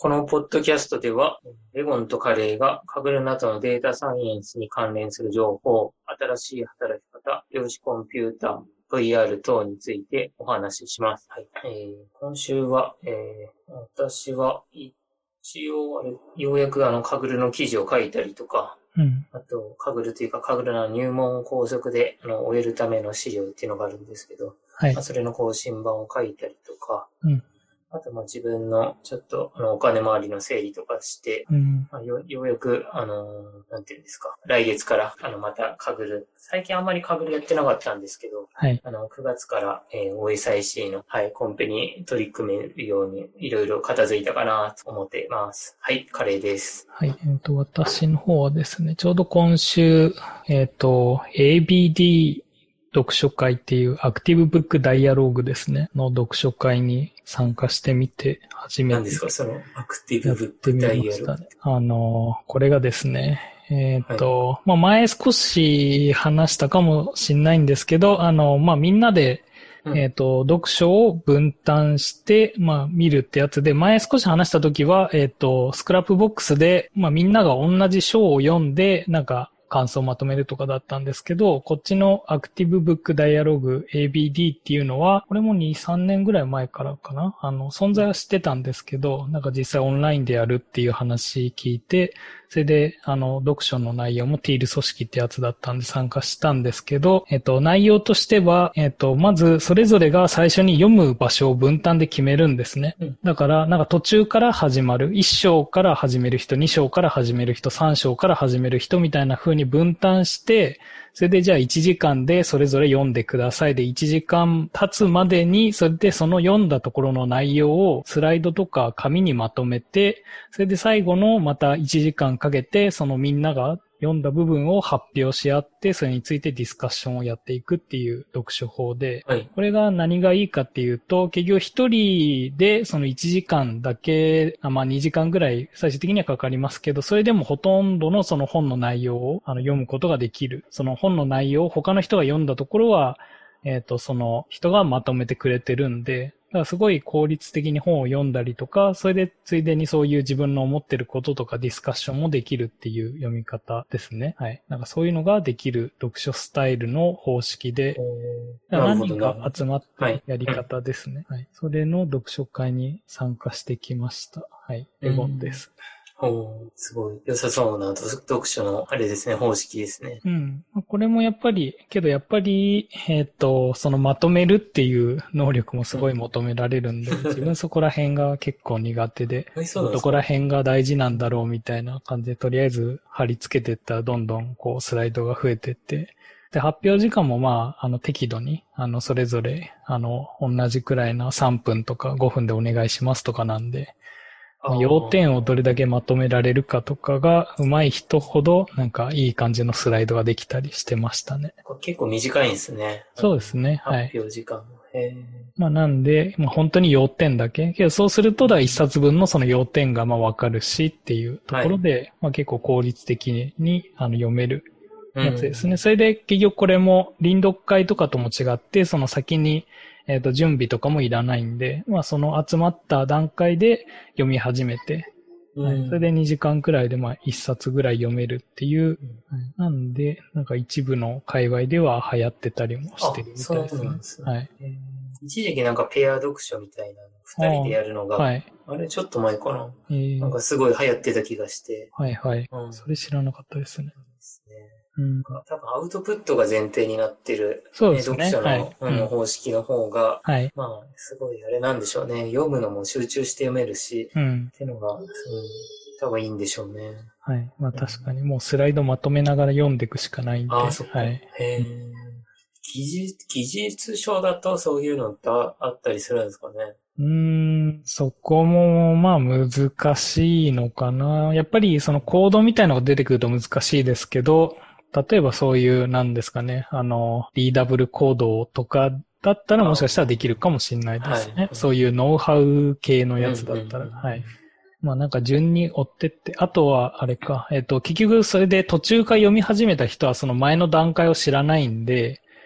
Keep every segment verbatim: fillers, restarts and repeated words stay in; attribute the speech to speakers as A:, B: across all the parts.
A: このポッドキャストでは、レゴンとカレーがカグルなどのデータサイエンスに関連する情報、新しい働き方、量子コンピューター、ブイアール 等についてお話しします。はい。えー、今週は、えー、私は一応あれ、ようやくあのカグルの記事を書いたりとか、
B: うん、
A: あと、カグルというか、カグルの入門校則であの終えるための資料っていうのがあるんですけど、
B: はい。
A: まあ、それの更新版を書いたりとか、
B: うん、
A: あと、まあ自分のちょっとあのお金回りの整理とかして、
B: うん、
A: まあ、よようやく、あのーなんていうんですか、来月からあのまたカグル、最近あんまりカグルやってなかったんですけど、
B: はい。
A: あのくがつから、えー、オーエスアイシー の、はい、コンペに取り組めるようにいろいろ片付いたかなと思ってます。はい、カレーです。
B: はい。えっと、私の方はですね、ちょうど今週、えっと、エービーディー 読書会っていうアクティブブックダイアローグですね、の読書会に参加してみて、初めて
A: 何ですか、そのアクティ
B: やっ
A: ブブック
B: てみ
A: ダイヤル。
B: ましたね。あの、これがですね、えっ
A: はい。
B: と、まあ、前少し話したかもしれないんですけど、あの、まあ、みんなで、
A: うん。
B: えっと、読書を分担して、まあ、見るってやつで、前少し話した時は、えっと、スクラップボックスで、まあ、みんなが同じ章を読んで、なんか、感想をまとめるとかだったんですけど、こっちのアクティブブックダイアログ エービーディー っていうのは、これもに、さんねんぐらい前からかな。あの、存在は知ってたんですけど、なんか実際オンラインでやるっていう話聞いて、それで、あの、読書の内容もティール組織ってやつだったんで参加したんですけど、えっと、内容としては、えっと、まず、それぞれが最初に読む場所を分担で決めるんですね。
A: うん。
B: だから、なんか途中から始まる。いっ章から始める人、に章から始める人、さん章から始める人みたいな風に分担して、それでじゃあいちじかんでそれぞれ読んでくださいでいちじかん経つまでに、それでその読んだところの内容をスライドとか紙にまとめて、それで最後のまたいちじかんかけて、そのみんなが読んだ部分を発表し合って、それについてディスカッションをやっていくっていう読書法で、
A: はい。
B: これが何がいいかっていうと、結局一人でそのいちじかんだけ、あまあにじかんぐらい最終的にはかかりますけど、それでもほとんどのその本の内容をあの読むことができる。その本の内容を他の人が読んだところは、えっと、その人がまとめてくれてるんで、だからすごい効率的に本を読んだりとか、それでついでにそういう自分の思ってることとかディスカッションもできるっていう読み方ですね。はい。なんかそういうのができる読書スタイルの方式で、
A: なるほど、
B: 何人
A: なるほど。
B: か集まっ
A: はい。
B: てやり
A: うん。
B: 方ですね。はい。それの読書会に参加してきました。はい。
A: う
B: レゴンで
A: ん。
B: す。
A: おー、すごい良さそうな読読書のあれですね、方式ですね。
B: うん。これもやっぱり、けどやっぱり、えっと、そのまとめるっていう能力もす
A: うん。
B: ごい求められるんで、自分そこら辺が結構苦手で、
A: はい、そうなんで
B: どこら
A: すか。
B: 辺が大事なんだろうみたいな感じで、とりあえず貼り付けていったらどんどんこうスライドが増えてって、で、発表時間もまあ、あの適度に、あの、それぞれ、あの、同じくらいなさんぷんとかごふんでお願いしますとかなんで、
A: あ
B: 要点を
A: あ、
B: どれだけまとめられるかとかが上手い人ほどなんかいい感じのスライドができたりしてましたね。
A: これ結構短いんですね。あの、
B: そうですね。
A: 発
B: はい。
A: 表時間も。へえ。
B: まあなんで、まあ本当に要点だけ。けどそうすると、だ一冊分のその要点がまあわかるしっていうと
A: はい。
B: ころで、まあ結構効率的ににあの読める
A: う
B: やつですね。
A: ん。
B: それで結局これも臨読会とかとも違って、その先にえっと準備とかもいらないんで、まあその集まった段階で読み始めて、はい。それ
A: うん。
B: でにじかんくらいでまあいっさつぐらい読めるっていう。
A: うん。
B: はい、なんで、なんか一部の界隈では流行ってたりもして
A: あ、
B: るみたい
A: そう
B: ですね。
A: なんですね。
B: はい。
A: へえ。一時期なんかペア読書みたいなの、二人で
B: あ
A: やるの
B: あ、
A: が、
B: はい。
A: あれちょっと前かな。
B: えー、
A: なんかすごい流行ってた気がして。
B: はいはい。
A: うん。
B: それ知らなかったですね。
A: ですね。
B: うん。
A: 多分アウトプットが前提になってる、
B: そうで
A: ね、
B: すね。
A: 読書の、
B: はい。
A: うん、
B: うん。
A: 方式の方が、
B: はい。
A: まあ、すごいあれなんでしょうね。読むのも集中して読めるし、
B: うん。
A: っていうのが、うん、多分いいんでしょうね。
B: はい。まあ
A: うん、
B: 確かにもうスライドまとめながら読んでいくしかないん
A: ああ、
B: で、
A: そっか。
B: はい。
A: へえ。技術、技術書だとそういうのってああったりするんですかね。
B: うーん、そこも、まあ難しいのかな。やっぱりそのコードみたいなのが出てくると難しいですけど、例えばそういう、なんですかね、あの、リーダブルコードとかだったら
A: あ
B: もしかしたらできる
A: あ、
B: かもしれないで
A: はい。
B: すね。そういうノウハウ系の
A: うん、う
B: や
A: ん、
B: つだったら。
A: うん。
B: はい。まあなんか順に追ってって、あとはあれか、えっと、結局それで途中から読み始めた人はその前の段階を知らないんで、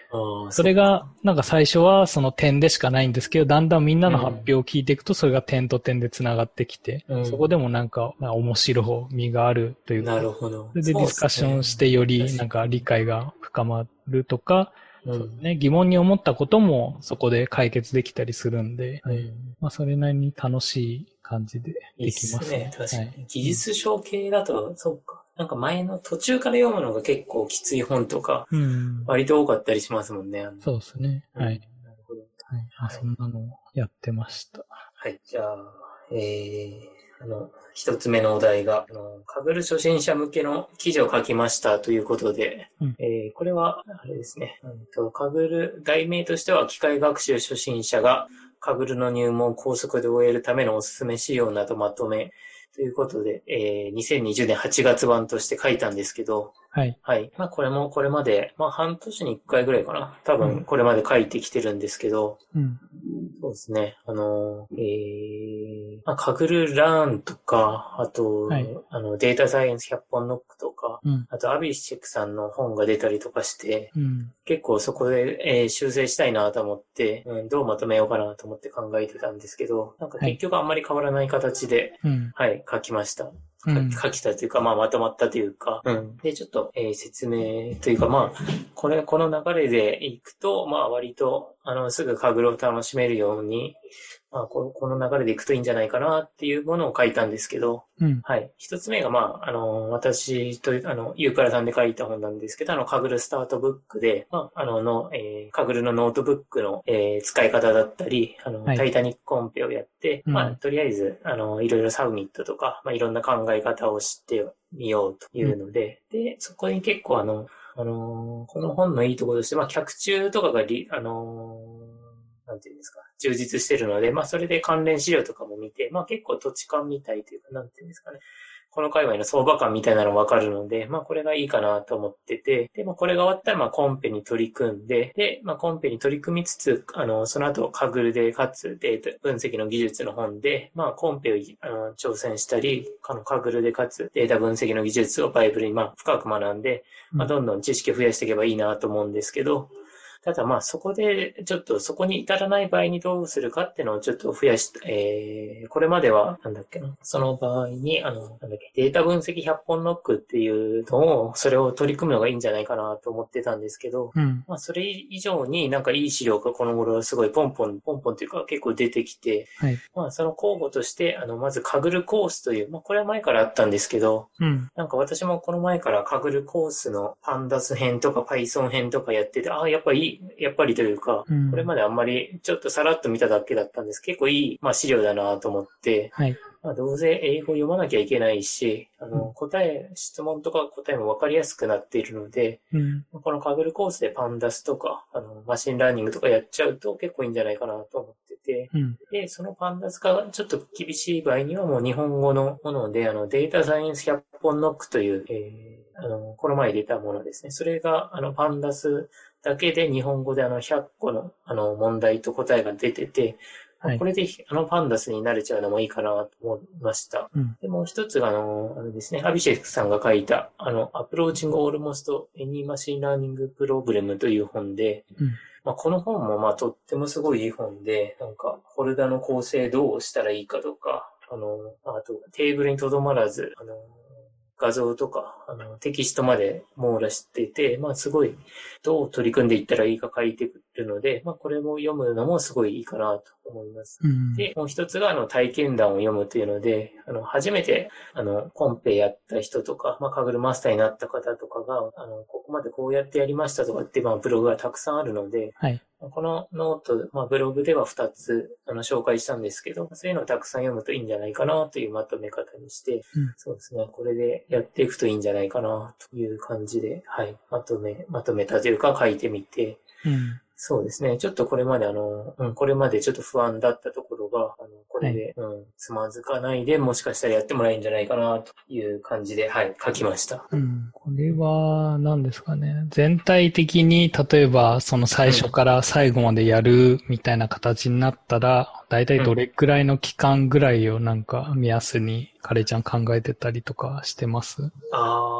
A: ああ、
B: それが、なんか最初はその点でしかないんですけど、だんだんみんなの発表を聞いていくと、それが点と点で繋がってきて、
A: うん、
B: そこでもなんか、まあ、面白みがあるというか、
A: なるほど。
B: それでディスカッションしてよりなんか理解が深まるとか、
A: うん、
B: そうですね、疑問に思ったこともそこで解決できたりするんで、
A: うん、
B: まあそれなりに楽しい感じでできますね。
A: いいっすね。確かに。
B: はい、
A: 技術書系だと、そうか。なんか前の途中から読むのが結構きつい本とか、うん、割と多かったりしますもんね。
B: そうですね。はい。
A: うん、なるほど。
B: はい。あ、そんなのをやってました。
A: はい。じゃあ、えー、あの、一つ目のお題が、あの、カグル初心者向けの記事を書きましたということで、うん、えー、これは、あれですね、うんと、カグル、題名としては、機械学習初心者がカグルの入門を高速で終えるためのおすすめ資料などまとめ、ということで、えー、にせんにじゅうねんはちがつ版として書いたんですけど、はい。はい。まあこれもこれまで、まあ半年にいっかいぐらいかな。多分これまで書いてきてるんですけど、うん。そうですね。あの、えー、まあ、カグルラーンとか、あと、はい、あの、データサイエンスひゃっぽんノックとか、うん、あとアビシェクさんの本が出たりとかして、うん、結構そこで、えー、修正したいなと思って、うん、どうまとめようかなと思って考えてたんですけど、なんか結局あんまり変わらない形で、はい、はい、書きました。うん、書きたというか、まあまとまったというか、うん。で、ちょっと、えー、説明というか、まあ、これ、この流れでいくと、まあ割と、あの、すぐカグルを楽しめるように、まあこの、この流れでいくといいんじゃないかなっていうものを書いたんですけど、うん、はい。一つ目が、まあ、あの、私と、あの、ユーカラさんで書いた本なんですけど、あの、カグルスタートブックで、まあ、あの、の、えー、カグルのノートブックの、えー、使い方だったり、あの、はい、タイタニックコンペをやって、うん、まあ、とりあえず、あの、いろいろサウミットとか、まあ、いろんな考え方を知ってみようというので、うん、で、そこに結構あの、あのー、この本のいいところとして、まあ、脚注とかがり、あのー、なんていうんですか、充実してるので、まあ、それで関連資料とかも見て、まあ、結構土地感みたいというか、なんていうんですかね。この界隈の相場感みたいなのわかるので、まあこれがいいかなと思ってて、で、まあこれが終わったらまあコンペに取り組んで、で、まあコンペに取り組みつつ、あの、その後カグルでかつデータ分析の技術の本で、まあコンペをあの挑戦したり、あのカグルでかつデータ分析の技術をバイブルにまあ深く学んで、まあどんどん知識を増やしていけばいいなと思うんですけど、ただまあそこでちょっとそこに至らない場合にどうするかっていうのをちょっと増やし、えー、これまではなんだっけな、その場合にあの、なんだっけ、データ分析ひゃっぽんノックっていうのを、それを取り組むのがいいんじゃないかなと思ってたんですけど、うん、まあそれ以上になんかいい資料がこの頃すごいポンポン、ポンポンというか結構出てきて、はい、まあその候補として、あの、まずカグルコースという、まあこれは前からあったんですけど、うん、なんか私もこの前からカグルコースのパンダス編とか Python 編とかやってて、ああ、やっぱいい、やっぱりというか、うん、これまであんまりちょっとさらっと見ただけだったんです。結構いい、まあ、資料だなと思って、はい、まあ、どうせ英語読まなきゃいけないし、あの、答え、質問とか答えもわかりやすくなっているので、うん、このカグルコースでパンダスとか、あの、マシンラーニングとかやっちゃうと結構いいんじゃないかなと思ってて、うん、で、そのパンダスがちょっと厳しい場合にはもう日本語のもので、あの、データサイエンスひゃっぽんノックという、えー、あの、この前出たものですね。それが、あの、パンダスだけで日本語であのひゃっこのあの問題と答えが出てて、はい、これであのパンダスに慣れちゃうのもいいかなと思いました。うん、で、もう一つがあの、あれですね、アビシェクさんが書いたあの、Approaching Almost Any Machine Learning Problem という本で、うんまあ、この本もまあとってもすごいいい本で、なんかフォルダの構成どうしたらいいかとか、あの、あとテーブルにとどまらず、あの、画像とか、あの、テキストまで網羅してて、まあすごい、どう取り組んでいったらいいか書いてくるので、まあこれも読むのもすごいいいかなと思います。うん、で、もう一つが、あの、体験談を読むというので、あの、初めて、あの、コンペやった人とか、まあカグルマスターになった方とかが、あの、ここまでこうやってやりましたとかって、まあブログがたくさんあるので、はい。このノート、まあ、ブログではふたつあの紹介したんですけど、そういうのをたくさん読むといいんじゃないかなというまとめ方にして、うん、そうですね、これでやっていくといいんじゃないかなという感じで、はい、まとめ、まとめたというか書いてみて、うんそうですね。ちょっとこれまであの、うん、これまでちょっと不安だったところが、あの、これで、はい、うん、つまずかないでもしかしたらやってもらえるんじゃないかなという感じで、はい、書きました。
B: うん。これは、何ですかね。全体的に、例えば、その最初から最後までやるみたいな形になったら、うん、だいたいどれくらいの期間ぐらいをなんか目安に、カレちゃん考えてたりとかしてます？
A: あ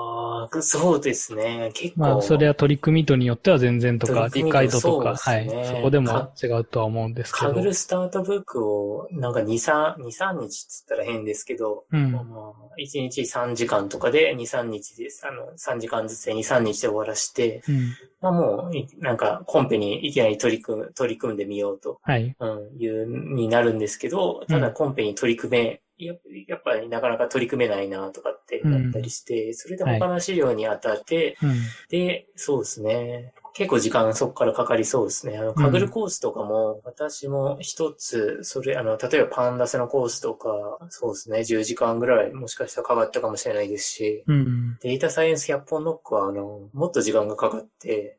A: あ、そうですね。結構。
B: まあ、それは取り組み度によっては全然とか、理解度とか、
A: そうですね、
B: はい。そこでも違うとは思うんですけど。
A: かぐるスタートブックを、なんかに、さん、に、さんにちって言ったら変ですけど、
B: うん。
A: まあ、いちにちさんじかんとかでに、さんにちです。あの、さんじかんずつでに、さんにちで終わらして、
B: うん、
A: まあもう、なんか、コンペにいきなり取り組む、取り組んでみようと、
B: はい。
A: うん、いう、になるんですけど、ただコンペに取り組め、ややっぱりなかなか取り組めないなとかってなったりして、うん、それで他の資料に当たって、はい、で、そうですね。結構時間そこからかかりそうですね。あの、かぐるコースとかも、私も一つ、それ、あの、例えばパンダスのコースとか、そうですね、じゅうじかんぐらいもしかしたらかかったかもしれないですし、うん、データサイエンスひゃっぽんノックは、あの、もっと時間がかかって、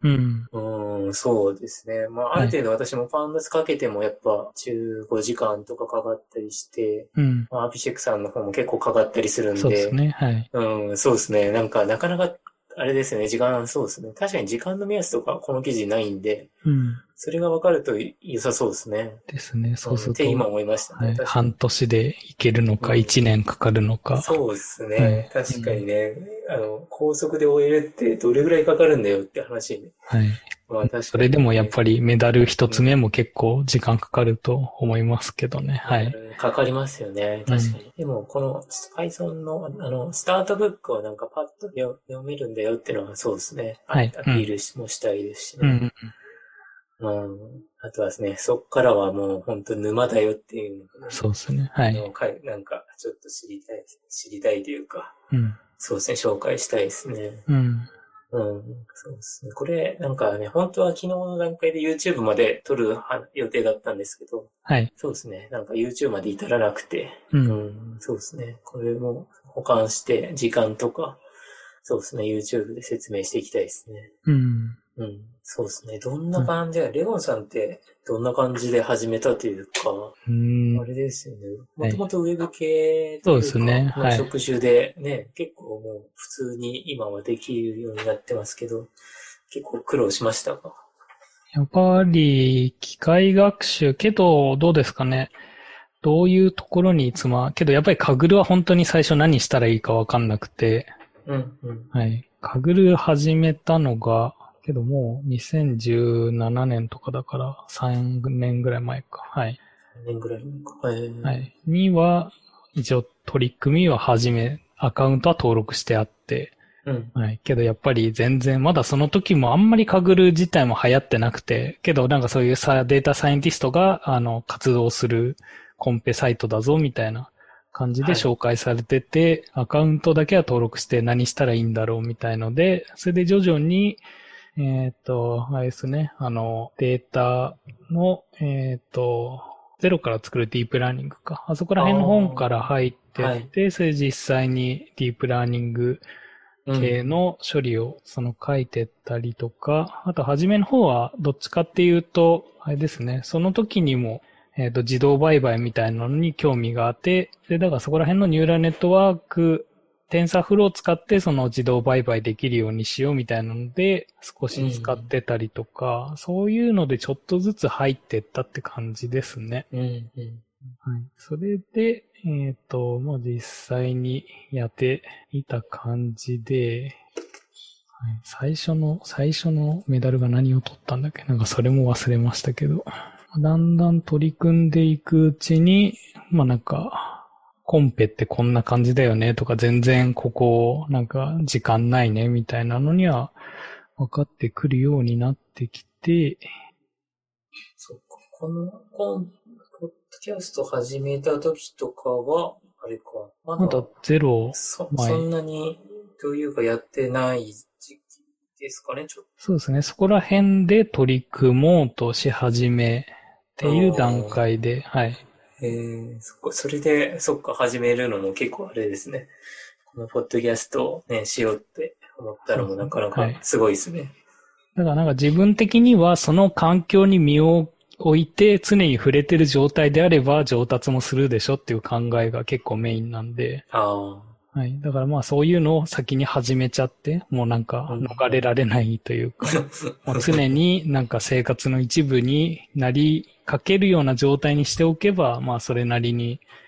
A: うん、うん、そうですね。まあ、ある程度私もパンダスかけてもやっぱじゅうごじかんとかかかったりして、うん、まあ、アピシェクさんの方も結構かかったりするんで、
B: そうですね、はい。
A: うん、そうですね。なんか、なかなか、あれですよね、時間、そうですね。確かに時間の目安とかこの記事ないんで、うん、それが分かると良さそうですね。
B: ですね、そうすると。
A: うん、って今思いましたね。
B: はい、半年でいけるのか、いちねんかかるのか。
A: うん、そうですね、はい。確かにね、うん、あの、高速で終えるってどれぐらいかかるんだよって話、ね。
B: はい。まあ確かに、ね、それでもやっぱりメダル一つ目も結構時間かかると思いますけどね。うん、はい。
A: かかりますよね。確かに。うん、でも、この Python のあの、スタートブックはなんかパッと読めるんだよっていうのはそうですね。はい。アピールもしたいですしね。うん。うん。あとはですね、そっからはもう本当沼だよっていうの、
B: ね。そうですね。はい。
A: なんかちょっと知りたい、知りたいというか。
B: うん。
A: そうですね、紹介したいですね。
B: うん。
A: うん、そうですね。これ、なんかね、本当は昨日の段階で YouTube まで撮る予定だったんですけど、
B: はい。
A: そうですね。なんか YouTube まで至らなくて、
B: うん、
A: うん、そうですね。これも保管して、時間とか、そうですね。YouTube で説明していきたいですね。
B: うん。
A: うん。そうですね。どんな感じで、うん、レゴンさんってどんな感じで始めたというか、うん、あれですよね。もともとウェブ系というか、はい、そうですね。はい。職種でね、結構もう普通に今はできるようになってますけど、結構苦労しましたか？
B: やっぱり、機械学習、けど、どうですかね。どういうところにつま、けどやっぱりカグルは本当に最初何したらいいかわかんなくて、
A: うんうん。
B: はい。カグル始めたのが、けどもうにせんじゅうななねんとかだからさんねんぐらい前か。はい。
A: さんねんぐらい前か。へー。
B: はい。には、一応取り組みは始め、アカウントは登録してあって、
A: うん。
B: はい。けどやっぱり全然、まだその時もあんまりカグル自体も流行ってなくて、けどなんかそういうさ、データサイエンティストが、あの、活動するコンペサイトだぞ、みたいな感じで紹介されてて、はい、アカウントだけは登録して何したらいいんだろう、みたいので、それで徐々に、えっと、あれですね、あの、データの、えっと、ゼロから作るディープラーニングか。あそこら辺の本から入ってって、はい、それで実際にディープラーニング系の処理をその書いてったりとか、あと初めの方はどっちかっていうと、あれですね、その時にも、えっと、自動売買みたいなのに興味があって、で、だからそこら辺のニューラルネットワーク、テンサーフローを使ってその自動売買できるようにしようみたいなので少し使ってたりとか、うん、そういうのでちょっとずつ入ってったって感じですね。
A: うんうん、
B: はい。それで、えっと、まあ、実際にやっていた感じで、はい、最初の、最初のメダルが何を取ったんだっけ？なんかそれも忘れましたけど、だんだん取り組んでいくうちに、まあなんか、コンペってこんな感じだよねとか、全然ここなんか時間ないねみたいなのには分かってくるようになってきて、
A: そっか、このコンポッドキャスト始めた時とかはあれか、
B: まだ、まだゼロ
A: そそんなにというかやってない時期ですかね、ちょっと。
B: そうですね、そこら辺で取り組もうとし始めっていう段階で、はい。
A: えー、そっか、それで、そっか、始めるのも結構あれですね。このポッドキャストをね、しようって思ったのもなかなかすごいですね。はい、
B: だからなんか自分的にはその環境に身を置いて常に触れてる状態であれば上達もするでしょっていう考えが結構メインなんで。
A: ああ。
B: はい。だからまあそういうのを先に始めちゃって、もうなんか逃れられないというか、もう常になんか生活の一部になりかけるような状態にしておけば、まあそれなりに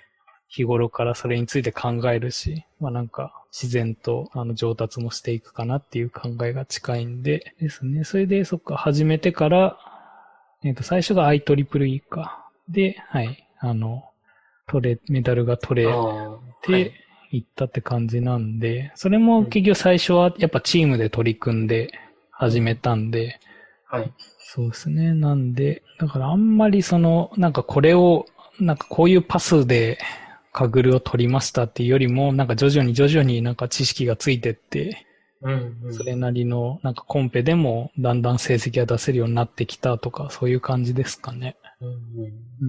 B: 日頃からそれについて考えるし、まあなんか自然とあの上達もしていくかなっていう考えが近いんでですね。それでそっか、始めてから、えっと、最初が アイトリプルイー か。で、はい、あの、取れ、メダルが取れていったって感じなんで、それも結局最初はやっぱチームで取り組んで始めたんで、
A: はい。
B: そうですね。なんで、だからあんまりその、なんかこれを、なんかこういうパスでカグルを取りましたっていうよりも、なんか徐々に徐々になんか知識がついてって、
A: うんうん、
B: それなりのなんかコンペでもだんだん成績が出せるようになってきたとか、そういう感じですかね。
A: うんうん、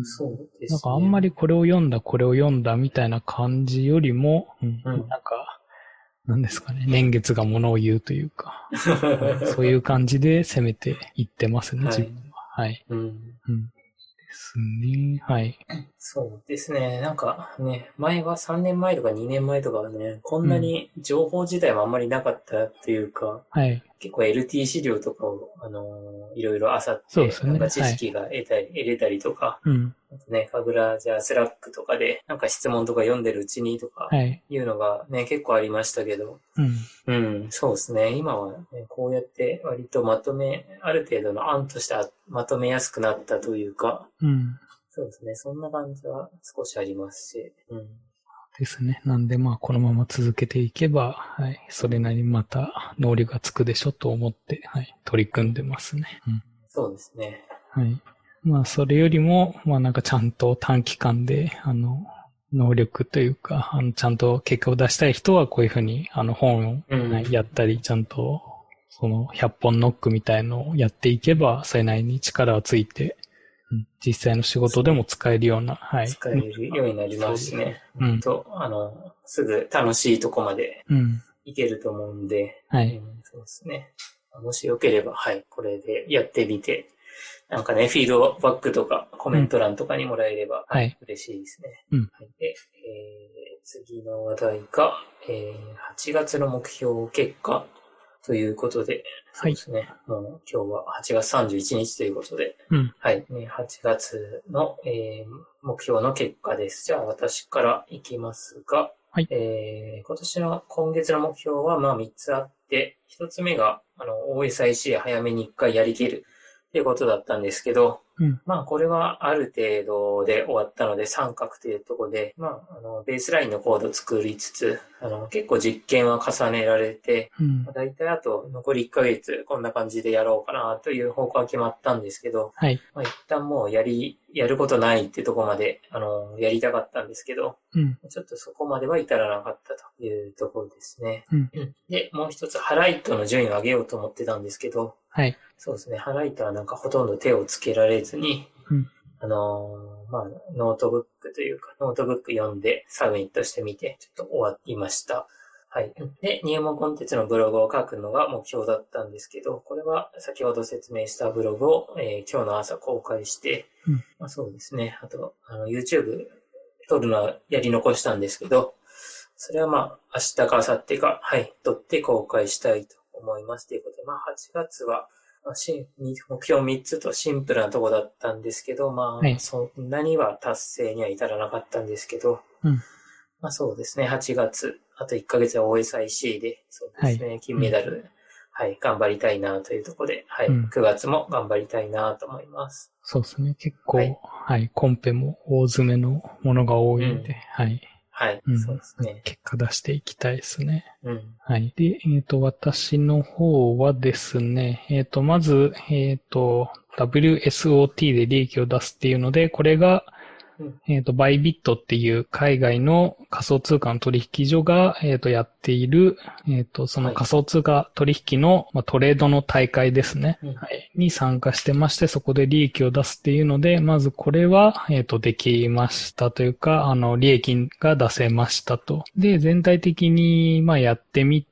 A: そうですね。
B: なんかあんまりこれを読んだ、これを読んだみたいな感じよりも、うんうん、なんか、なんですかね、年月がものを言うというか、そういう感じで攻めていってますね、自分は。はい。うん。うんですね。はい。
A: そうですね。なんかね、前はさんねんまえとかにねんまえとかはね、こんなに情報自体もあんまりなかったっていうか、うん、はい、結構 エルティー 資料とかを、あのー、いろいろ漁って、そうですね、なんか知識が得たり、はい、得れたりとか、うん、あとね、かぐらじゃあスラックとかで、なんか質問とか読んでるうちにとか、いうのがね、結構ありましたけど、うん、うん、そうですね。今はね、こうやって割とまとめ、ある程度の案としてまとめやすくなったというか、うん、そうですね。そんな感じは少しありますし。うん。
B: ですね。なんでまあこのまま続けていけば、はい。それなりにまた能力がつくでしょと思って、はい。取り組んでますね。うん。
A: そうですね。
B: はい。まあそれよりも、まあなんかちゃんと短期間で、あの、能力というか、あの、ちゃんと結果を出したい人はこういうふうに、あの本を、はい、やったり、ちゃんと、そのひゃっぽんノックみたいのをやっていけば、それなりに力がついて、実際の仕事でも使えるような、はい。
A: 使えるようになりますしね。うん。と、あの、すぐ楽しいとこまでいけると思うんで、うん、はい、うん。そうですね。もしよければ、はい、これでやってみて、なんかね、フィードバックとかコメント欄とかにもらえれば、うん、はい、嬉しいですね。うん。はい、で、えー、次の話題が、えー、はちがつの目標結果ということで、そうですね。はい、もう今日ははちがつさんじゅういちにちということで、うん、はい、ね。はちがつの、えー、目標の結果です。じゃあ私からいきますが、はい、えー、今年の今月の目標はまあみっつあって、ひとつめがあの オーエスアイシー 早めにいっかいやりきるっていうことだったんですけど、うん、まあこれはある程度で終わったので三角というところで、まああのベースラインのコードを作りつつ、あの結構実験は重ねられて、うん、だいたいあと残りいっかげつこんな感じでやろうかなという方向は決まったんですけど、はい、まあ、一旦もうやり、やることないってところまで、あの、やりたかったんですけど、うん、ちょっとそこまでは至らなかったというところですね。うん、で、もう一つハライトの順位を上げようと思ってたんですけど、はい。そうですね。ハライトはなんかほとんど手をつけられずに、うん、あのー、まあ、ノートブックというか、ノートブック読んでサブミットしてみて、ちょっと終わりました。はい。で、入門コンテンツのブログを書くのが目標だったんですけど、これは先ほど説明したブログを、えー、今日の朝公開して、うん、まあ、そうですね。あと、あの YouTube 撮るのはやり残したんですけど、それはまあ、明日か明後日か、はい、撮って公開したいと思います。ということで、まあ、はちがつは、まあ、目標みっつとシンプルなとこだったんですけど、まあ、はい、そんなには達成には至らなかったんですけど、うん、まあそうですね、はちがつ、あといっかげつは オーエスアイシー で、そうですね、はい、金メダル、うん、はい、頑張りたいなというところで、はい、うん、くがつも頑張りたいなと思います。
B: そうですね、結構、はい、はい、コンペも大詰めのものが多いんで、うん、はい。はい、うん、そうですね。結果出していきたいですね。うん。はい。で、えっと、私の方はですね、えっと、まず、えっと、ダブリューエスオーティー で利益を出すっていうので、これが、えっと、バイビットっていう海外の仮想通貨の取引所が、えっと、やっている、えっと、その仮想通貨取引の、まあ、トレードの大会ですね、うん、はい。に参加してまして、そこで利益を出すっていうので、まずこれは、えっと、できましたというか、あの、利益が出せましたと。で、全体的に、まあ、やってみて、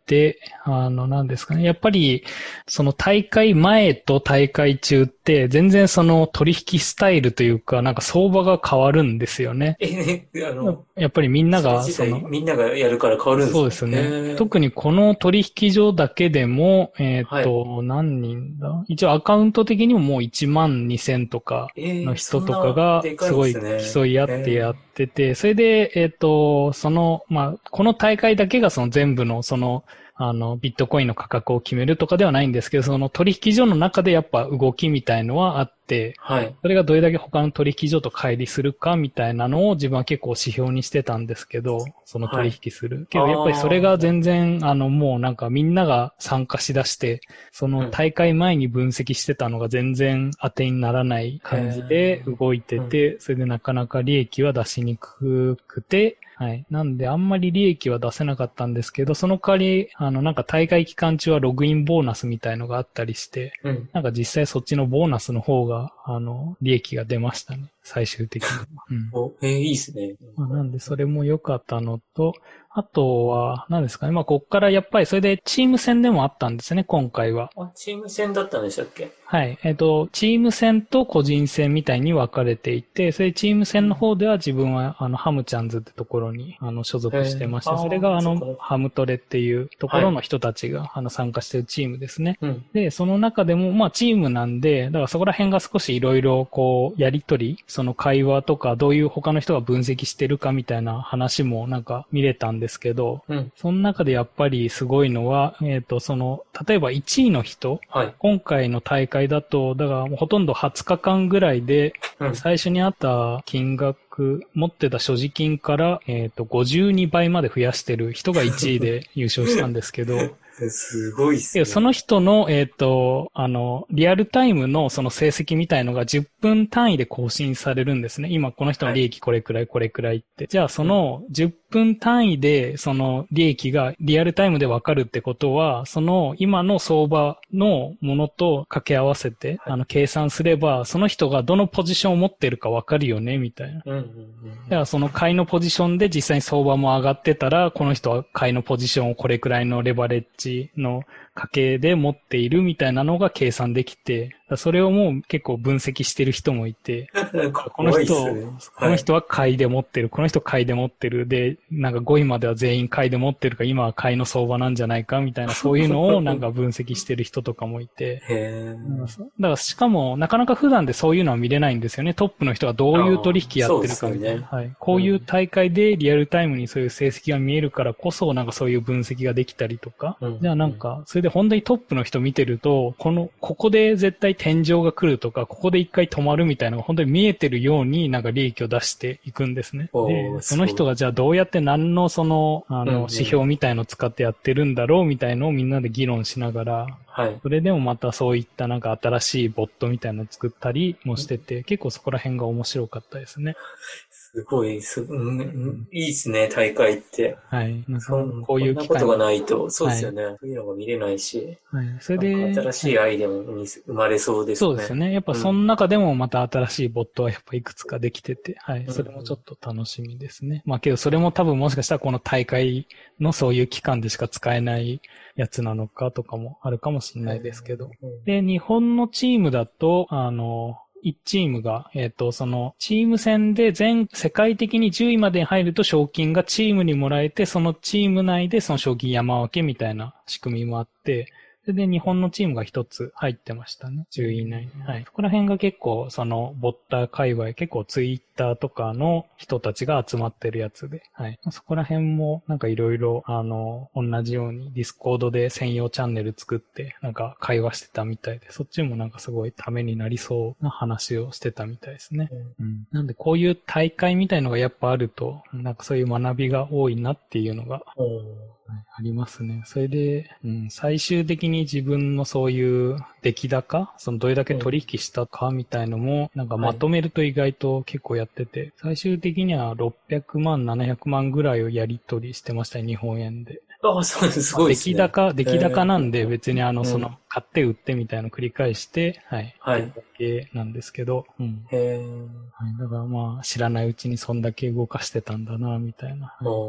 B: て、あの、なんですかね。やっぱり、その大会前と大会中って、全然その取引スタイルというか、なんか相場が変わるんですよね。
A: え、ね、あの、
B: やっぱりみんな
A: それ
B: が、
A: 自体
B: その、
A: みんながやるから変わるんです
B: そうで
A: か？へ
B: すね。
A: え。
B: 特にこの取引所だけでも、えっ
A: はい。
B: と、何人だ一応アカウント的にももういちまんにせんとかの
A: ええ、そ
B: 人とか
A: んな
B: が
A: でかいんで
B: すごい
A: すね。
B: 競い合ってやっ
A: へえ。
B: てて、それで、えっと、その、まあ、この大会だけがその全部のその、あの、ビットコインの価格を決めるとかではないんですけど、その取引所の中でやっぱ動きみたいのはあって、
A: はい。
B: それがどれだけ他の取引所と乖離するかみたいなのを自分は結構指標にしてたんですけど、その取
A: はい。
B: 引する。けどやっぱりそれ
A: ああ、
B: が
A: なるほど。
B: 全然、あのもうなんかみんなが参加しだして、その
A: うん。
B: 大会前に分析してたのが全然当てにならない
A: へ
B: 感じで
A: え。
B: 動いて
A: うん。
B: て、それでなかなか利益は出しにくくて、はい。なんで、あんまり利益は出せなかったんですけど、その代わり、あの、なんか大会期間中はログインボーナスみたいのがあったりして、
A: うん。
B: なんか実際そっちのボーナスの方が、あの、利益が出ましたね。最終的には。うん。
A: お、ええ、いいですね。
B: まあ、なんで、そ
A: うん
B: れも良かったのと、あとは、何ですかね。まあ、こっからやっぱりそれでチーム戦でもあったんですね、今回は。
A: あ、チーム戦だったんでしたっけ？
B: はい。えっと、チーム戦と個人戦みたいに分かれていて、それチーム戦の
A: うん。
B: 方では自分は、あの、ハムチャンズってところに、あの、所属し
A: へえ。
B: てまして、それ
A: ああ、
B: が、あの、
A: そっかそっか。
B: ハムトレっていうとこ
A: はい。
B: ろの人たちが、あの、参加してるチームですね。
A: うん。
B: で、その中でも、まあ、チームなんで、だからそこら辺が少しいろいろ、こう、やりとり、その会話とか、どういう他の人が分析してるかみたいな話もなんか見れたんですけど、
A: うん。
B: その中でやっぱりすごいのは、えっと、その、例えばいちいの人、
A: はい。
B: 今回の大会だと、だからもうほとんどはつかかんぐらいで、
A: うん。
B: 最初にあった金額、持ってた所持金から、えっと、ごじゅうにばいまで増やしてる人がいちいで優勝したんですけど、
A: すごいっすね。
B: でその人の、えっと、あの、リアルタイムのその成績みたいのがじゅっぷん単位で更新されるんですね。今この人の
A: はい。
B: 利益これくらいこれくらいって。じゃあそ
A: うん。
B: のじゅっぷん単位でその利益がリアルタイムでわかるってことは、その今の相場のものと掛け合わせて、
A: はい。
B: あの、計算すれば、その人がどのポジションを持ってるかわかるよね、みたいな。
A: うん。うん。うん。
B: だからその買いのポジションで実際に相場も上がってたら、この人は買いのポジションをこれくらいのレバレッジの家計で持っているみたいなのが計算できて、それをもう結構分析してる人もいて、
A: うん。
B: この
A: 怖いっす
B: 人、
A: ね。はい。
B: この人は買いで持ってる、この人買いで持ってる、で、なんかごいまでは全員買いで持ってるから今は買いの相場なんじゃないかみたいな、そういうのをなんか分析してる人とかもいて、
A: へえ。
B: うんだからしかも、なかなか普段でそういうのは見れないんですよね。トップの人がどういう
A: ああ、
B: 取引やって
A: そうで
B: るかみたいな。
A: すよね。
B: はい。こういう
A: うん。
B: 大会でリアルタイムにそういう成績が見えるからこそ、なんかそういう分析ができたりとか。
A: うん。
B: じゃあな
A: うん。
B: んか、それで本当にトップの人見てると、この、ここで絶対天井が来るとか、ここで一回止まるみたいなのが本当に見えてるようになんか利益を出していくんですね。で、
A: おー、
B: その
A: すごい。
B: 人がじゃあどうやって何のその、あ
A: うん。
B: の、指
A: うん。
B: 標みたいのを使ってやってるんだろうみたいのをみんなで議論しながら、
A: はい。
B: それでもまたそういったなんか新しいボットみたいなのを作ったりもしてて、結構そこら辺が面白かったですね。
A: すごい、す、うん、うん
B: うん、
A: いいっすね、大会って。
B: はい。なか
A: そん、
B: なかこういう
A: こんなことが
B: 機会も。
A: ないと、そうで
B: はい。
A: すよね。そういうのが見れないし、
B: はい。それ
A: なんか
B: で、
A: 新
B: はい。
A: しいアイデアも見せ生まれそうですね。
B: そうですね。やっぱその
A: うん。
B: 中でもまた新しいボットはやっぱいくつかできてて、はい。
A: うん、う
B: それもちょっ
A: ん。
B: と楽しみですね。まあけどそれも多分もしかしたらこの大会のそういう期間でしか使えないやつなのかとかもあるかもしれないですけど。
A: へーうん。
B: で、日本のチームだと、あの、いちチームが、えっと、その、チーム戦で全、世界的にじゅういまでに入ると賞金がチームにもらえて、そのチーム内でその賞金山分けみたいな仕組みもあって、それで日本のチームが一つ入ってましたね。じゅうい以内に。はい。そこら辺が結構、その、ボッター界隈、結構ツイッターとかの人たちが集まってるやつで。はい。そこら辺も、なんかいろいろ、あの、同じようにディスコードで専用チャンネル作って、なんか会話してたみたいで、そっちもなんかすごいためになりそうな話をしてたみたいですね。うん。なんでこういう大会みたいのがやっぱあると、なんかそういう学びが多いなっていうのが、
A: うん。
B: はい、ありますね。それで、うん、最終的に自分のそういう出来高、そのどれだけ
A: うん。
B: 取引したかみたいのも、なんか
A: はい。
B: まとめると意外と結構やってて、最終的にはろっぴゃくまん、ななひゃくまんぐらいをやり取りしてましたね、日本円で。
A: あ、そうです。す
B: まあ、出
A: ごいですね。
B: 来高、出
A: へ
B: 来高
A: え。
B: なんで別にあの、その、
A: うん。
B: 買って売ってみたいのを繰り返して、はい、ってる
A: はい。
B: だけなんですけど、うん。
A: へえ。
B: はい、だからまあ、知らないうちにそんだけ動かしてたんだな、みたいな。はい
A: おー。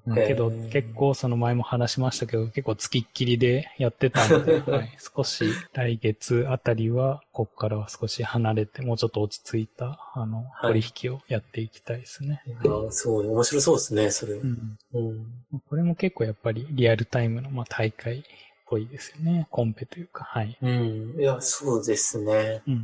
B: うん、けど結構その前も話しましたけど、結構つきっきりでやってたんで、はい、少し来月あたりは、こっからは少し離れて、もうちょっと落ち着いた、あの、取引をやっていきたいですね。
C: はい、ああ、そう、面白そうですね、それ。
B: うん
C: うん、
B: これも結構やっぱりリアルタイムの、まあ、大会っぽいですよね。コンペというか、はい。
C: うん。いや、そうですね。
B: うん。
C: うん。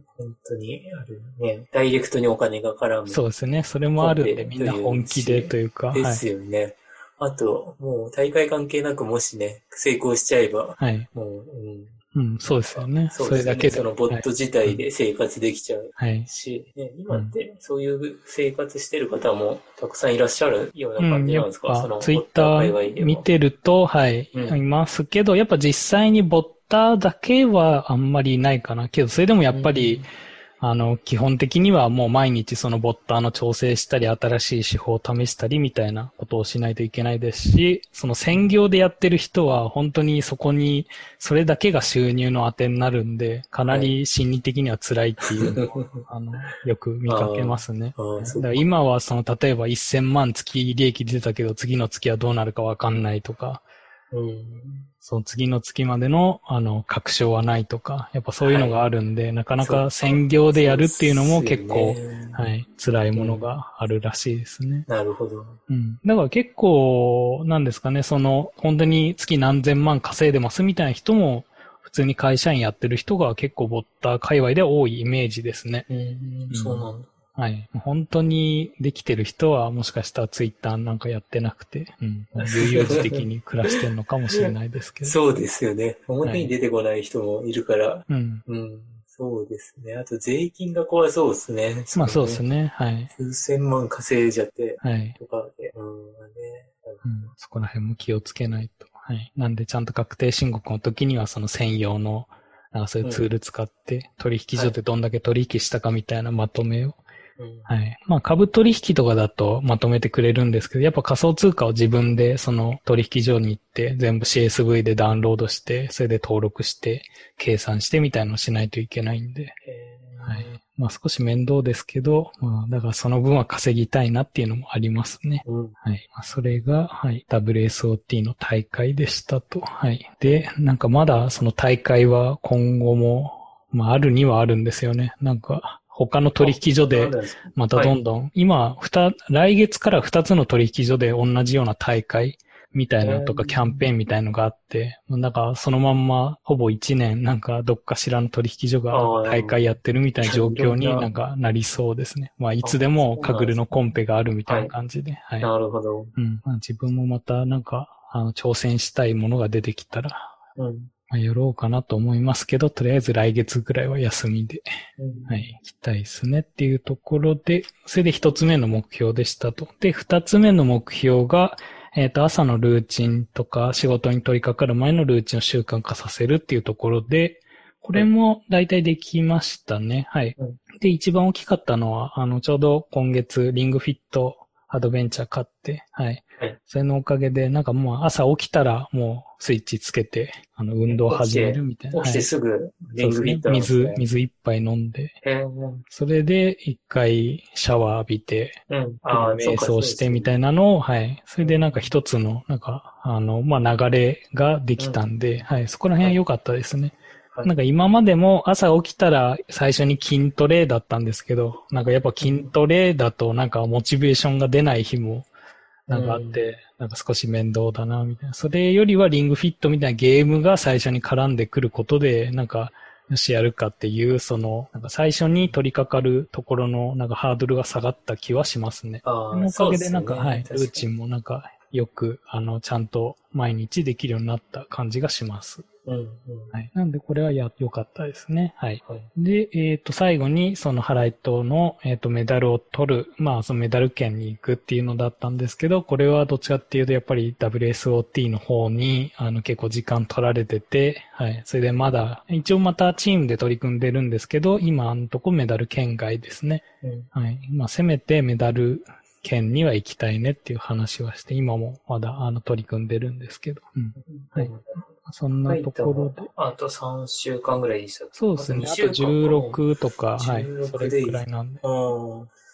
C: 本当に、あるね。ダイレクトにお金が絡む。
B: そうですね。それもあるんで、みんな本気でというか。
C: ですよね。はい、あと、もう大会関係なくもしね、成功しちゃえば、
B: はい。
C: もう、うん。
B: うん、そうですよね。
C: そうですね。
B: それだけで。
C: そのボット自体で生活できちゃうし、
B: はい、
C: ね、今ってそういう生活してる方もたくさんいらっしゃるような感じなんですか、うん、そのボッター界隈では。
B: 見てると、はい、うん、いますけど、やっぱ実際にボッターだけはあんまりいないかな。けど、それでもやっぱり、うん、あの、基本的にはもう毎日そのボッターの調整したり、新しい手法を試したりみたいなことをしないといけないですし、その専業でやってる人は本当にそこに、それだけが収入の当てになるんで、かなり心理的には辛いっていうのを、はい、あの、よく見かけますね。だから今はその、例えばせんまん月利益出たけど、次の月はどうなるかわかんないとか、うん、その次の月までの、あの、確証はないとか、やっぱそういうのがあるんで、はい、なかなか専業でやるっていうのも結構、ね、はい、辛いものがあるらしいですね。
C: うん、なるほど。
B: うん。だから結構、なんですかね、その、本当に月何千万稼いでますみたいな人も、普通に会社員やってる人が結構ボッター界隈で多いイメージですね。
C: うん、そうなんだ。
B: はい。本当にできてる人はもしかしたらツイッターなんかやってなくて、うん。悠々自適に暮らしてるのかもしれないですけど。
C: そうですよね。表に出てこない人もいるから。はい、
B: うん。
C: うん。そうですね。あと税金が怖そうですね。ね、
B: まあそうですね。はい。
C: 数千万稼いじゃって。
B: はい。
C: とかで。うん、ね。
B: うん。そこら辺も気をつけないと。はい。なんでちゃんと確定申告の時にはその専用の、なんかそういうツール使って、取引所でどんだけ取引したかみたいなまとめを、うん、はい。まあ株取引とかだとまとめてくれるんですけど、やっぱ仮想通貨を自分でその取引所に行って全部 シーエスブイ でダウンロードして、それで登録して、計算してみたいなのをしないといけないんで。はい。まあ少し面倒ですけど、まあだからその分は稼ぎたいなっていうのもありますね。うん、はい。まあ、それが、はい。ダブリューエスオーティー の大会でしたと。はい。で、なんかまだその大会は今後も、まああるにはあるんですよね。なんか、他の取引所で、またどんどん、はい、今、ふた、来月からふたつの取引所で同じような大会みたいなのとかキャンペーンみたいなのがあって、なんかそのまんまほぼいちねんなんかどっかしらの取引所が大会やってるみたいな状況になんかなりそうですね。まあいつでもカグルのコンペがあるみたいな感じで。はい。
C: なるほど。
B: うん。まあ、自分もまたなんか、あの、挑戦したいものが出てきたら、うん。まあ、やろうかなと思いますけど、とりあえず来月ぐらいは休みで、うん、はい、行きたいですねっていうところで、それで一つ目の目標でしたと。で、二つ目の目標が、えっと、朝のルーチンとか仕事に取り掛かる前のルーチンを習慣化させるっていうところで、これも大体できましたね。はい。うん、で、一番大きかったのは、あの、ちょうど今月リングフィットアドベンチャー買って、はい。はい、それのおかげで、なんかもう朝起きたらもうスイッチつけて、あの、運動を始めるみたいな。
C: 起きてすぐリングフィットなんですね。
B: 水、水一杯飲んで。それで一回シャワー浴びて、うん、瞑想してみたいなのを、はい。それでなんか一つの、なんか、あの、まあ、流れができたんで、うん、はい。そこら辺は良かったですね。はい、なんか今までも朝起きたら最初に筋トレだったんですけど、なんかやっぱ筋トレだとなんかモチベーションが出ない日もなんかあって、うん、なんか少し面倒だな、みたいな。それよりはリングフィットみたいなゲームが最初に絡んでくることで、なんか、よしやるかっていう、その、なんか最初に取り掛かるところの、なんかハードルが下がった気はしますね。
C: あ
B: そのおかげでなんか、ね、はい、ルーチンもなんか、よく、あの、ちゃんと毎日できるようになった感じがします。うんうん、はい。なんで、これはや、良かったですね。はい。はい、で、えっ、ー、と、最後に、そのハライトの、えっ、ー、と、メダルを取る、まあ、そのメダル圏に行くっていうのだったんですけど、これはどっちかっていうと、やっぱり ダブリューエスオーティー の方に、あの、結構時間取られてて、はい。それでまだ、一応またチームで取り組んでるんですけど、今のとこメダル圏外ですね。うん、はい。まあ、せめてメダル、県には行きたいねっていう話はして、今もまだあの取り組んでるんですけど。うん。はい。そんなところで。
C: あとさんしゅうかんぐらいでした。
B: そうですね。あとじゅうろくとか、はい。それくらいなんで。
C: ああ、そっ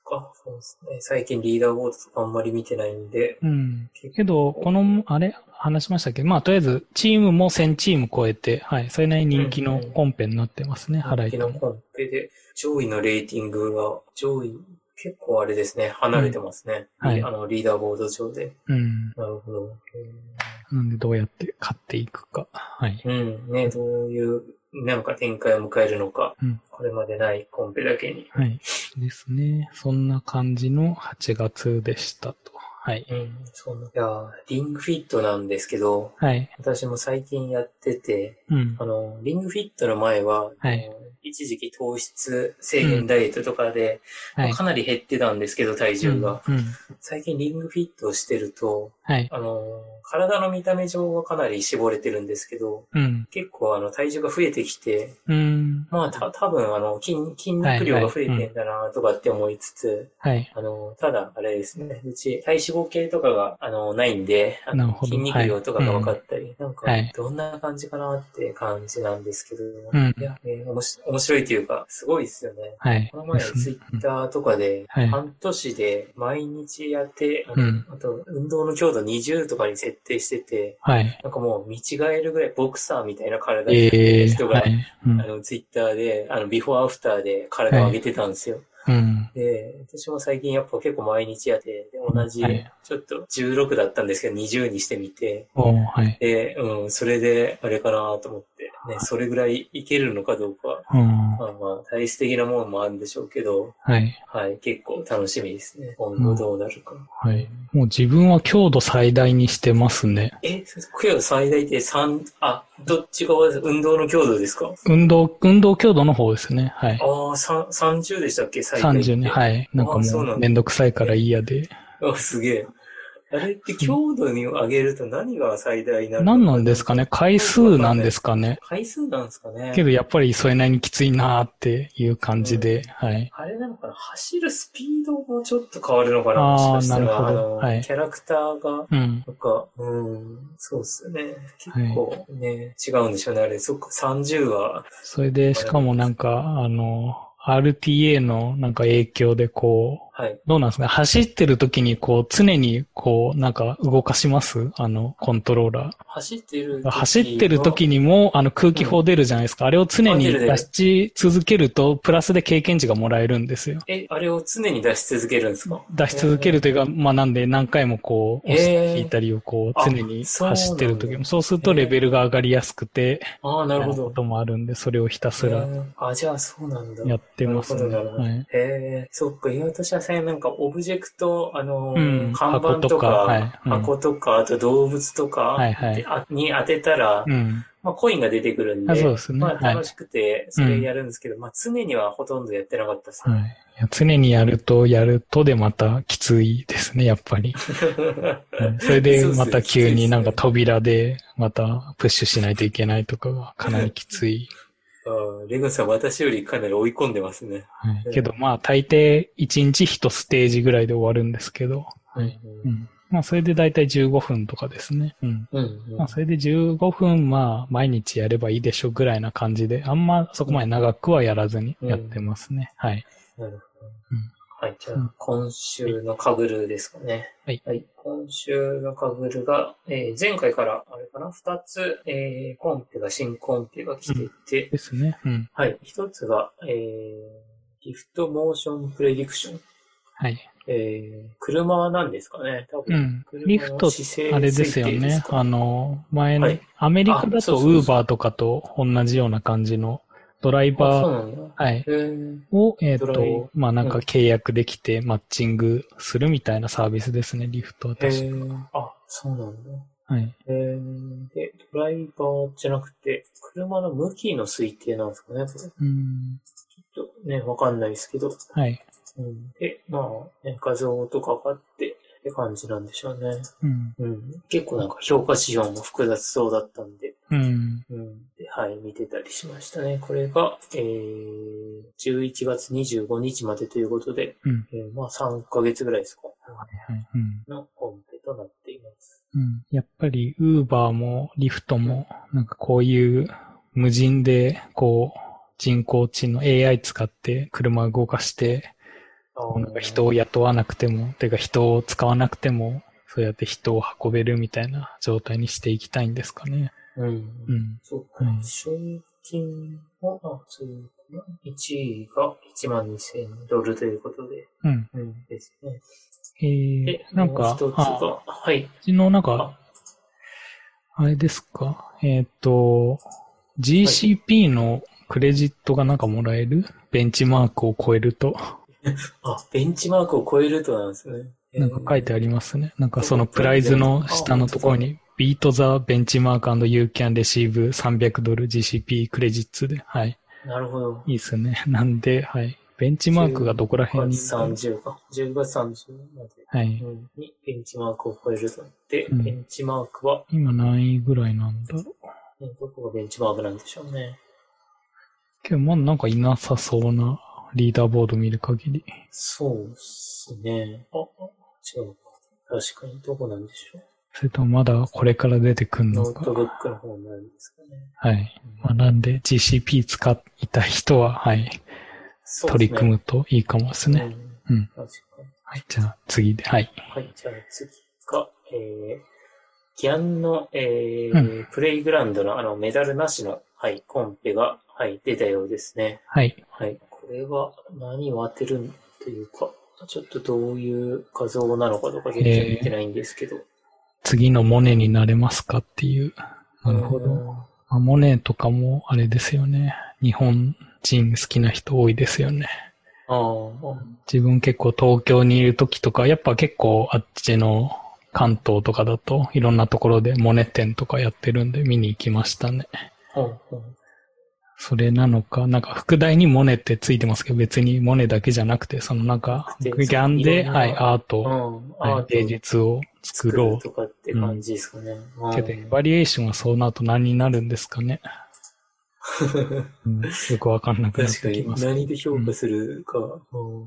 C: か。そうですね。最近リーダーボードとかあんまり見てないんで。
B: うん。けど、この、あれ話しましたっけど、まあ、とりあえず、チームもせんチーム超えて、はい、それなりに人気のコンペになってますね、
C: うんうん、
B: ハライトも。
C: 人気のコンペで、上位のレーティングが、上位、結構あれですね、離れてますね。うん、はい。あの、リーダーボード上で。
B: うん。
C: なるほど。
B: なんで、どうやって勝っていくか。はい。
C: うん。ね、どういう、なんか展開を迎えるのか。うん。これまでないコンペだけに。
B: はい。ですね。そんな感じのはちがつでしたと。はい。
C: うん、そんな。いや、リングフィットなんですけど、はい。私も最近やってて、うん。あの、リングフィットの前は、はい。一時期糖質制限ダイエットとかで、うん、まあ、かなり減ってたんですけど、体重が。うんうん、最近リングフィットをしてると、はい、あの、体の見た目上はかなり絞れてるんですけど、うん、結構あの体重が増えてきて、うん、まあた多分あの筋、筋肉量が増えてんだなとかって思いつつ、はいはい、あの、ただあれですね、うち体脂肪計とかがあのないんで、あの筋肉量とかが分かったり、はい、なんかどんな感じかなって感じなんですけど、うん、いや、えー、おもし面白いというか、すごいですよね。はい、この前ツイッターとかで、半年で毎日やって、うん、あと運動の強度にじゅうとかに設定してて、はい、なんかもう見違えるぐらいボクサーみたいな体になってる人が、えーはいうん、あのツイッターで、あのビフォーアフターで体を上げてたんですよ。はいうん、で、私も最近やっぱ結構毎日やって、で同じ、ちょっとじゅうろくだったんですけど、にじゅうにしてみて、はい、で、うん、それであれかなと思って、ね、それぐらいいけるのかどうか、うん、まあまあ、体質的なものもあるんでしょうけど、はい。はい、結構楽しみですね。今後どうなるか。うん、
B: はい。もう自分は強度最大にしてますね。
C: え、強度最大ってさん、あ、どっち側ですか？運動の強度ですか？
B: 運動、運動強度の方ですね。はい。
C: ああ、さんじゅうでしたっけ？最大って。
B: さんじゅうね。はい。なんかもうめんどくさいから嫌で。
C: あ、すげえ。あれって強度に上げると何が最大になるの
B: かな？何なんですかね？回数なんですかね？
C: 回数なんですかね？
B: けどやっぱりそれなりにきついなーっていう感じで、うん、はい。
C: あれなのかな？走るスピードもちょっと変わるのかな？もしかしたら、あなるほど。あの、はい、キャラクターが、うん、なんか、うん、そうっすよね。結構ね、はい、違うんでしょうね。あれ、そっか、さんじゅうは。
B: それで、しかもなんか、あの、アールティーエー のなんか影響でこう、はい、どうなんですかね。走ってる時にこう、常にこう、なんか動かしますあの、コントローラー。
C: 走ってる時
B: 走ってる時にも、あの、空気砲出るじゃないですか。うん、あれを常に出し続けると、プラスで経験値がもらえるんですよ。
C: え、あれを常に出し続けるんですか？
B: 出し続けるというか、まあなんで何回もこう、押した引いたりをこう、常に走ってる時も、そうするとレベルが上がりやすくて、
C: ああ、なるほど。
B: こともあるんで、それをひたすら。
C: あ、じゃあそうなんだ。
B: やってますね。
C: なるほど、なるほど。はい、へえ、そっか、いや、私はさ、なんかオブジェクト、あの、うん、看板とか、箱とか、はいうん、箱とか、あと動物とか、はいはい、に当てたら、うんまあ、コインが出てくるんで、そうですね、まあ、楽しくて、それやるんですけど、はい、まあ、常にはほとんどやってなかったですね。はい、い
B: や常にやると、やるとでまたきついですね、やっぱり。それでまた急になんか扉でまたプッシュしないといけないとかがかなりきつい。
C: あレゴさん私よりかなり追い込んでますね。
B: はい、けどまあ大抵いちにちいちステージぐらいで終わるんですけど。はいうん、まあそれでだいたいじゅうごふんとかですね。うん。うんうん、まあそれでじゅうごふんまあ毎日やればいいでしょぐらいな感じで、あんまそこまで長くはやらずにやってますね。うん、はい。なるほど。
C: うんはい、じゃあ、今週のカグルですかね。はい。はい、今週のカグルが、えー、前回から、あれかな、二つ、えー、コンペが、新コンペが来てて、うん、
B: ですね。うん。
C: はい。一つが、えー、リフトモーションプレディクション。はい。えー、車なんですかね、多分。
B: うん。リフト、あれですよね。あの、前の、はい、アメリカだとウーバーとかと同じような感じの、ドライバー、はい。を、えっと、まあなんか契約できてマッチングするみたいなサービスですね、リフトは確か。
C: あ、そうなんだ。
B: はい。
C: えー、で、ドライバーじゃなくて、車の向きの推定なんですかね、これ。うん。ちょっとね、わかんないですけど。
B: はい。
C: うん、で、まあ、ね、画像とかがあって、って感じなんでしょうね。うん。うん。結構なんか評価指標も複雑そうだったんで。うん。うん。で、はい、見てたりしましたね。これが、えー、じゅういちがつにじゅうごにちまでということで、うん。えー、まあさんかげつぐらいですか。はいはい。うん。のコンペとなっています。
B: うん。やっぱり、ウーバーもリフトも、なんかこういう無人で、こう、人工知能 エーアイ 使って車を動かして、 なんか人を雇わなくても、てか人を使わなくても、そうやって人を運べるみたいな状態にしていきたいんですかね。
C: うん。うん。そうか。
B: うん、
C: 賞金も、あ、そういうかな。いちいがいちまんにせんドルということで。
B: うん。
C: うん。ですね。
B: えー、なんか、
C: 一つが、はい。
B: うちのなんか、あれですか。えっ、ー、と、ジーシーピー のクレジットがなんかもらえる、はい、ベンチマークを超えると。
C: あ、ベンチマークを超えるとなんですね。
B: なんか書いてありますね。なんかそのプライズの下のところに、ビートザベンチマーク and you can receive さんびゃくドル ジーシーピー クレジッツで。はい。
C: なるほど。
B: いいですね。なんで、はい。ベンチマークがどこら辺に
C: じゅうがつさんじゅうか。じゅうがつさんじゅうまで。
B: はい。
C: うん、にベンチマークを超えると。で、うん、ベンチマークは
B: 今何位ぐらいなんだろ
C: う。ね、どこがベンチマークなんでしょうね。
B: けど、まだなんかいなさそうなリーダーボード見る限り。
C: そうですね。あ、違うか。確かにどこなんでしょう。
B: それともまだこれから出てくるのか。
C: ノートブックの方になるんですかね。
B: はい。うん、まあ、なんで ジーシーピー 使いた人は、はい。ね、取り組むといいかもですね。うん。うん、確かに。はい。じゃあ次で、はい。
C: はい。じゃあ次が、えー、ギャンの、えーうん、プレイグラウンドのあのメダルなしの、はい、コンペが、はい、出たようですね。
B: はい。
C: はい。これは何を当てるというか、ちょっとどういう画像なのかとか全然見てないんですけど。えー、
B: 次のモネになれますかっていう。なるほど。まあ、モネとかもあれですよね。日本人好きな人多いですよね。
C: あ
B: 自分結構東京にいる時とか、やっぱ結構あっちの関東とかだといろんなところでモネ展とかやってるんで見に行きましたね。
C: うんうん、
B: それなのか、なんか副題にモネってついてますけど、別にモネだけじゃなくて、そのなんか、ギャンで、はい、アート、うんはい、芸術を作ろう。
C: とかって感じですかね。
B: うん、けど、バリエーションはそうなると何になるんですかね。うん、よくわかんなくなってきます。
C: 確かに、何で評価するか、うん、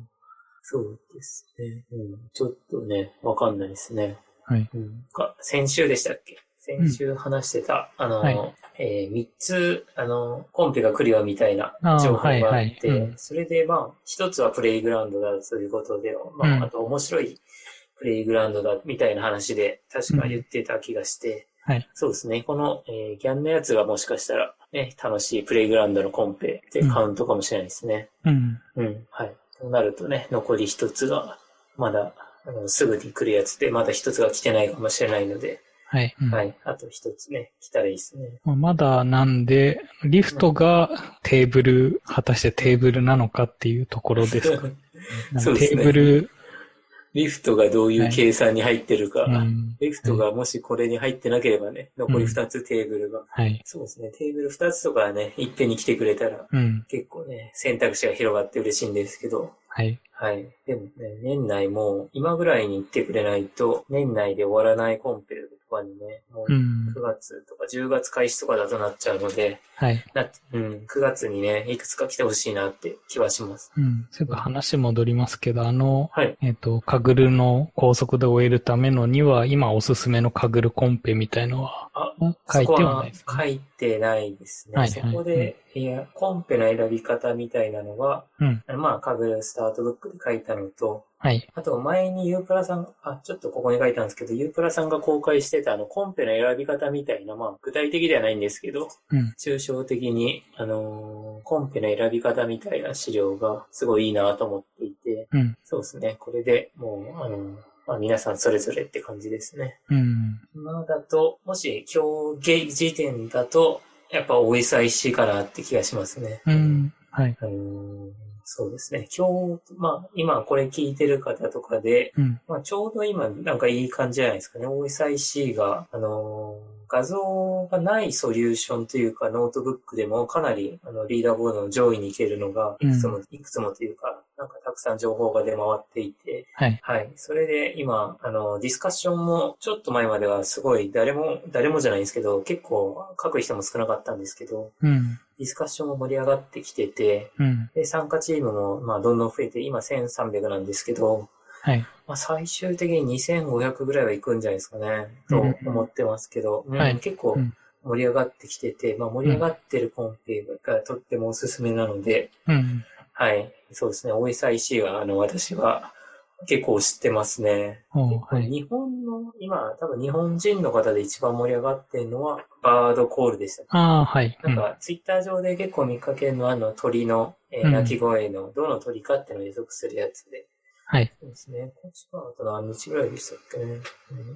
C: そうですね、うん。ちょっとね、わかんないですね。
B: はい。
C: うん、先週でしたっけ先週話してた、うん、あの、はいえー、みっつ、あの、コンペが来るよみたいな情報があって、あ、はいはいうん、それでまあ、一つはプレイグラウンドだということで、まあ、うん、あと面白いプレイグラウンドだみたいな話で、確か言ってた気がして、
B: うん、はい。
C: そうですね。この、えー、ギャンのやつがもしかしたら、ね、楽しいプレイグラウンドのコンペでカウントかもしれないですね。
B: うん。
C: うん。はい。となるとね、残り一つが、まだ、あの、すぐに来るやつで、まだ一つが来てないかもしれないので、
B: はい。うん、
C: はい。あと一つね、来たらいいですね。
B: まあ、まだなんで、リフトがテーブル、果たしてテーブルなのかっていうところですか。
C: そうですね。
B: テーブル、
C: リフトがどういう計算に入ってるか、
B: はいうん、
C: リフトがもしこれに入ってなければね、残り二つテーブルが、
B: うん。はい。
C: そうですね。テーブル二つとかね、いっぺんに来てくれたら、うん、結構ね、選択肢が広がって嬉しいんですけど、
B: はい。
C: はい。でもね、年内もう今ぐらいに行ってくれないと、年内で終わらないコンペとかにね、もうくがつとかじゅうがつ開始とかだとなっちゃうので、
B: はい。
C: なうん、くがつにね、いくつか来てほしいなって気はします。
B: うん。そういえば話戻りますけど、あの、
C: はい、
B: えっと、カグルの高速で終えるためのには、今おすすめのカグルコンペみたいのは、
C: あ
B: 書いてはないです
C: か、ね、書いてないですね。はいはい、そこで、うん、いや、コンペの選び方みたいなのは、うん、まあ、カグルスタートブックで書いたのと、
B: はい。
C: あと前にユープラさん、あ、ちょっとここに書いたんですけど、ユープラさんが公開してたあのコンペの選び方みたいな、まあ具体的ではないんですけど、うん、抽象的に、あのー、コンペの選び方みたいな資料がすごいいいなと思っていて、うん、そうですね。これでもう、あのー、まあ、皆さんそれぞれって感じですね。うん。今だと、もし今日時点だと、やっぱ オーエスアイシー かなって気がしますね。
B: うん。はい。
C: うんそうですね。今日、まあ、今これ聞いてる方とかで、うん、まあ、ちょうど今なんかいい感じじゃないですかね。オーエスアイシー が、あのー、画像がないソリューションというかノートブックでもかなりあのリーダーボードの上位に行けるのがいくつも、うん、いくつもというか、なんかたくさん情報が出回っていて、はい。はい。それで今、あの、ディスカッションもちょっと前まではすごい誰も、誰もじゃないんですけど、結構書く人も少なかったんですけど、うん。ディスカッションも盛り上がってきてて、うん、で、参加チームも、まあ、どんどん増えて、今せんさんびゃくなんですけど、はい。まあ、最終的ににせんごひゃくぐらいは行くんじゃないですかね、と思ってますけど、うんうんはい、結構盛り上がってきてて、まあ、盛り上がってるコンペがとってもおすすめなので、うん、 はい。そうですね。オーエスアイシー は、あの、私は結構知ってますね。はい、日本の、今、多分日本人の方で一番盛り上がってるのは、バードコールでした、ね。
B: ああ、はい。
C: なんか、ツイッター上で結構見かけるのは、あの、鳥の、えー、鳴き声の、どの鳥かっていうのを予測するやつで。
B: はい。
C: そうですね。こっちは、あと何日ぐらいでしたっけね。うん、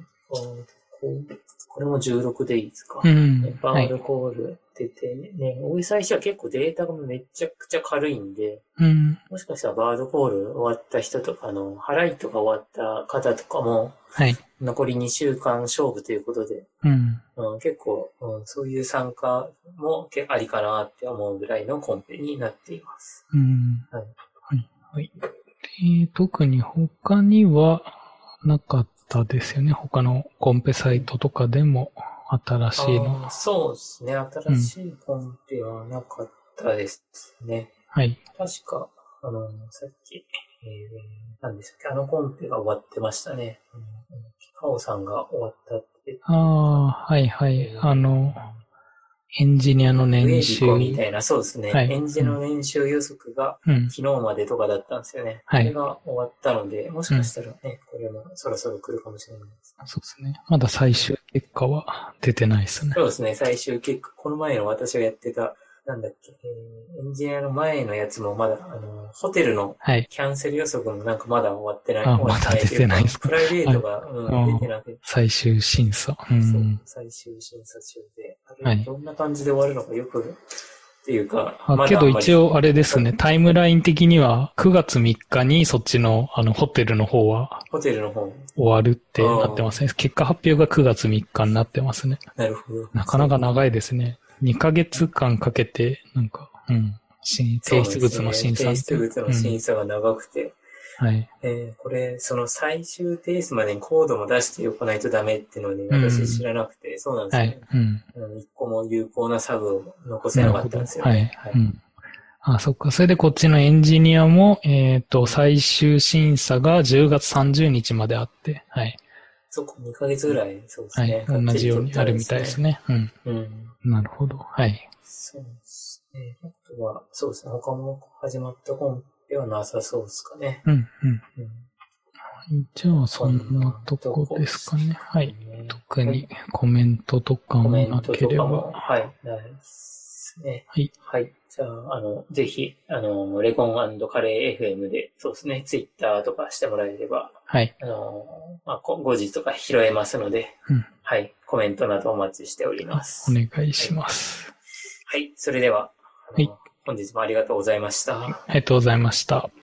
C: これもじゅうろくでいいですか。
B: うん、
C: バードコール出て、ね、オーエスアイシー は結構データがめちゃくちゃ軽いんで、
B: うん、
C: もしかしたらバードコール終わった人とか、あの、払いとか終わった方とかも、
B: はい。
C: 残りにしゅうかん勝負ということで、
B: うん
C: うん、結構、うん、そういう参加もありかなって思うぐらいのコンペになっています。
B: うん、はい。はい。はい。で、特に他にはなかったですよね。他のコンペサイトとかでも新しいの。
C: そうですね。新しいコンペはなかったですね。
B: うん、はい。
C: 確か、あの、さっき、えー、何でしたっけ、あのコンペが終わってましたね。うん、カオさんが終わったって。
B: ああ、はいはい。えー、あの、エンジニアの年収。
C: ウェービコみたいな、そうですね。はい、エンジニアの年収予測が昨日までとかだったんですよね。うん、それが終わったので、もしかしたらね、うん、これもそろそろ来るかもしれないです。
B: そうですね。まだ最終結果は出てないですね。
C: そうですね。最終結果、この前の私がやってた、なんだっけ、えー、エンジニアの前のやつもまだ、あの、ホテルのキャンセル予測もなんかまだ終わってない。
B: はい、
C: 終わってない
B: あ、まだ出てないです
C: か。プライベートが、はい、うん、出てなくて。
B: 最終審査。うん、
C: そう、最終審査中で。あれ、どんな感じで終わるのかよく、っていうか、
B: あ、まだけど一応あれですね、タイムライン的にはくがつみっかにそっちのあのホテルの方は
C: ホテルの方
B: 終わるってなってますね。結果発表がくがつみっかになってますね。
C: なるほど。
B: なかなか長いですね。にかげつかんかけて、なんか、うん、提出物の審査、
C: ね。提出物の審査が長くて。
B: うん、はい。
C: えー、これ、その最終提出までにコードも出しておかないとダメっていうのをね、私知らなくて、うん、そうなんですよね。はい。うん。一個も有効なサブを残せなかったんですよね。
B: はい。はい。うん。あ、そっか。それでこっちのエンジニアも、えっと、最終審査がじゅうがつさんじゅうにちまであって、はい。
C: そっか、にかげつぐらい、そうですね。
B: はい。同じようにあるみたいですね。うん。うん。なるほど。はい。
C: そうですね。あとは、そうですね。他も始まったコンペはなさそうですかね。
B: うん、うん。うん、じゃあ、そんなとこですかね。はい。特にコメントとかもなければ。
C: はい、ないですね。
B: はい。
C: はい。じゃあ、あの、ぜひ、あの、レコン&カレー エフエム で、そうですね、ツイッターとかしてもらえれば、
B: はい。
C: あの、まあ、後日とか拾えますので、
B: うん、
C: はい。コメントなどお待ちしております。
B: お願いします。
C: はい。はい、それでは、
B: はい。
C: 本日もありがとうございました。
B: ありがとうございました。